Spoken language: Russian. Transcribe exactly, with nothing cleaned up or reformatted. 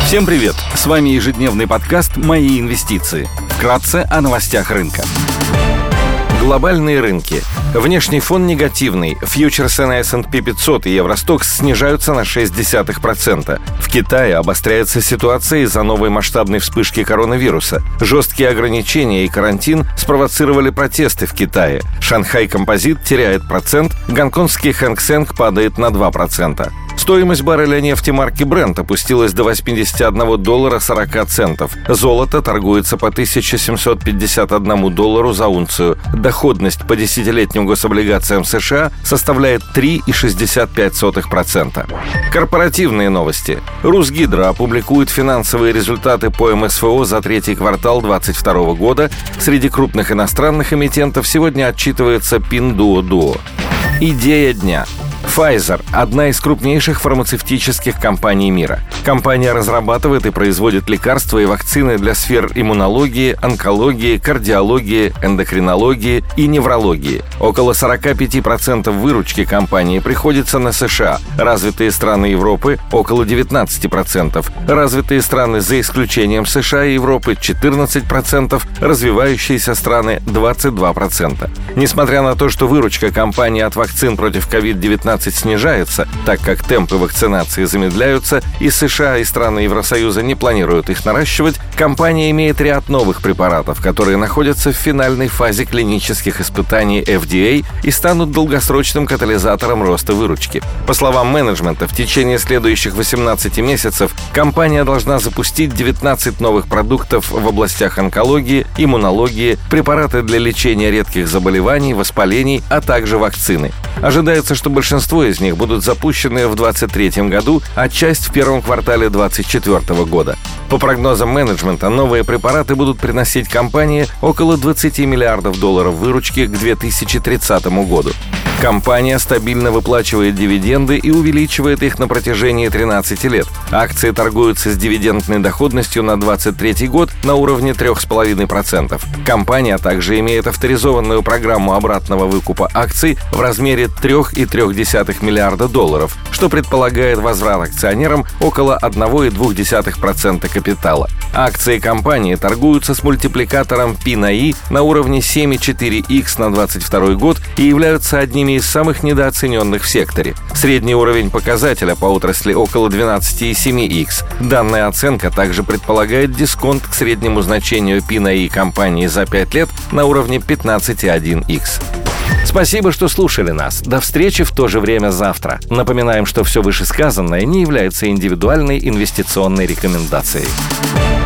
Всем привет! С вами ежедневный подкаст «Мои инвестиции». Вкратце о новостях рынка. Глобальные рынки. Внешний фон негативный. Фьючерсы на эс энд пи пятьсот и Евростокс снижаются на ноль целых шесть десятых процента. В Китае обостряется ситуация из-за новой масштабной вспышки коронавируса. Жесткие ограничения и карантин спровоцировали протесты в Китае. Шанхай Композит теряет процент, гонконгский Хэнк Сэнк падает на два процента. Стоимость барреля нефти марки Brent опустилась до восемьдесят один доллара сорок центов. Золото торгуется по тысяча семьсот пятьдесят один доллару за унцию. Доходность по десятилетним гособлигациям США составляет три целых шестьдесят пять сотых процента. Корпоративные новости. Русгидро опубликует финансовые результаты по эм эс эф о за третий квартал две тысячи двадцать второго года. Среди крупных иностранных эмитентов сегодня отчитывается Pinduoduo. Идея дня. Pfizer – одна из крупнейших фармацевтических компаний мира. Компания разрабатывает и производит лекарства и вакцины для сфер иммунологии, онкологии, кардиологии, эндокринологии и неврологии. Около сорок пять процентов выручки компании приходится на США, развитые страны Европы – около девятнадцать процентов, развитые страны за исключением США и Европы – четырнадцать процентов, развивающиеся страны – двадцать два процента. Несмотря на то, что выручка компании от вакцин против ковид девятнадцать снижается, так как темпы вакцинации замедляются, и США и страны Евросоюза не планируют их наращивать, компания имеет ряд новых препаратов, которые находятся в финальной фазе клинических испытаний эф ди эй и станут долгосрочным катализатором роста выручки. По словам менеджмента, в течение следующих восемнадцати месяцев компания должна запустить девятнадцать новых продуктов в областях онкологии, иммунологии, препараты для лечения редких заболеваний, воспалений, а также вакцины. Ожидается, что большинство из них будут запущены в две тысячи двадцать третьем году, а часть в первом квартале две тысячи двадцать четвёртого года. По прогнозам менеджмента, новые препараты будут приносить компании около двадцать миллиардов долларов выручки к две тысячи тридцатому году. Компания стабильно выплачивает дивиденды и увеличивает их на протяжении тринадцати лет. Акции торгуются с дивидендной доходностью на двадцать третий год на уровне три целых пять десятых процента. Компания также имеет авторизованную программу обратного выкупа акций в размере три целых три десятых миллиарда долларов, что предполагает возврат акционерам около одна целых две десятых процента капитала. Акции компании торгуются с мультипликатором пи на и на уровне семь целых четыре икс на двадцать второй год и являются одними из самых недооцененных в секторе. Средний уровень показателя по отрасли около двенадцать целых семь икс. Данная оценка также предполагает дисконт к среднему значению пи на и компании за пять лет на уровне пятнадцать целых один икс. Спасибо, что слушали нас. До встречи в то же время завтра. Напоминаем, что все вышесказанное не является индивидуальной инвестиционной рекомендацией.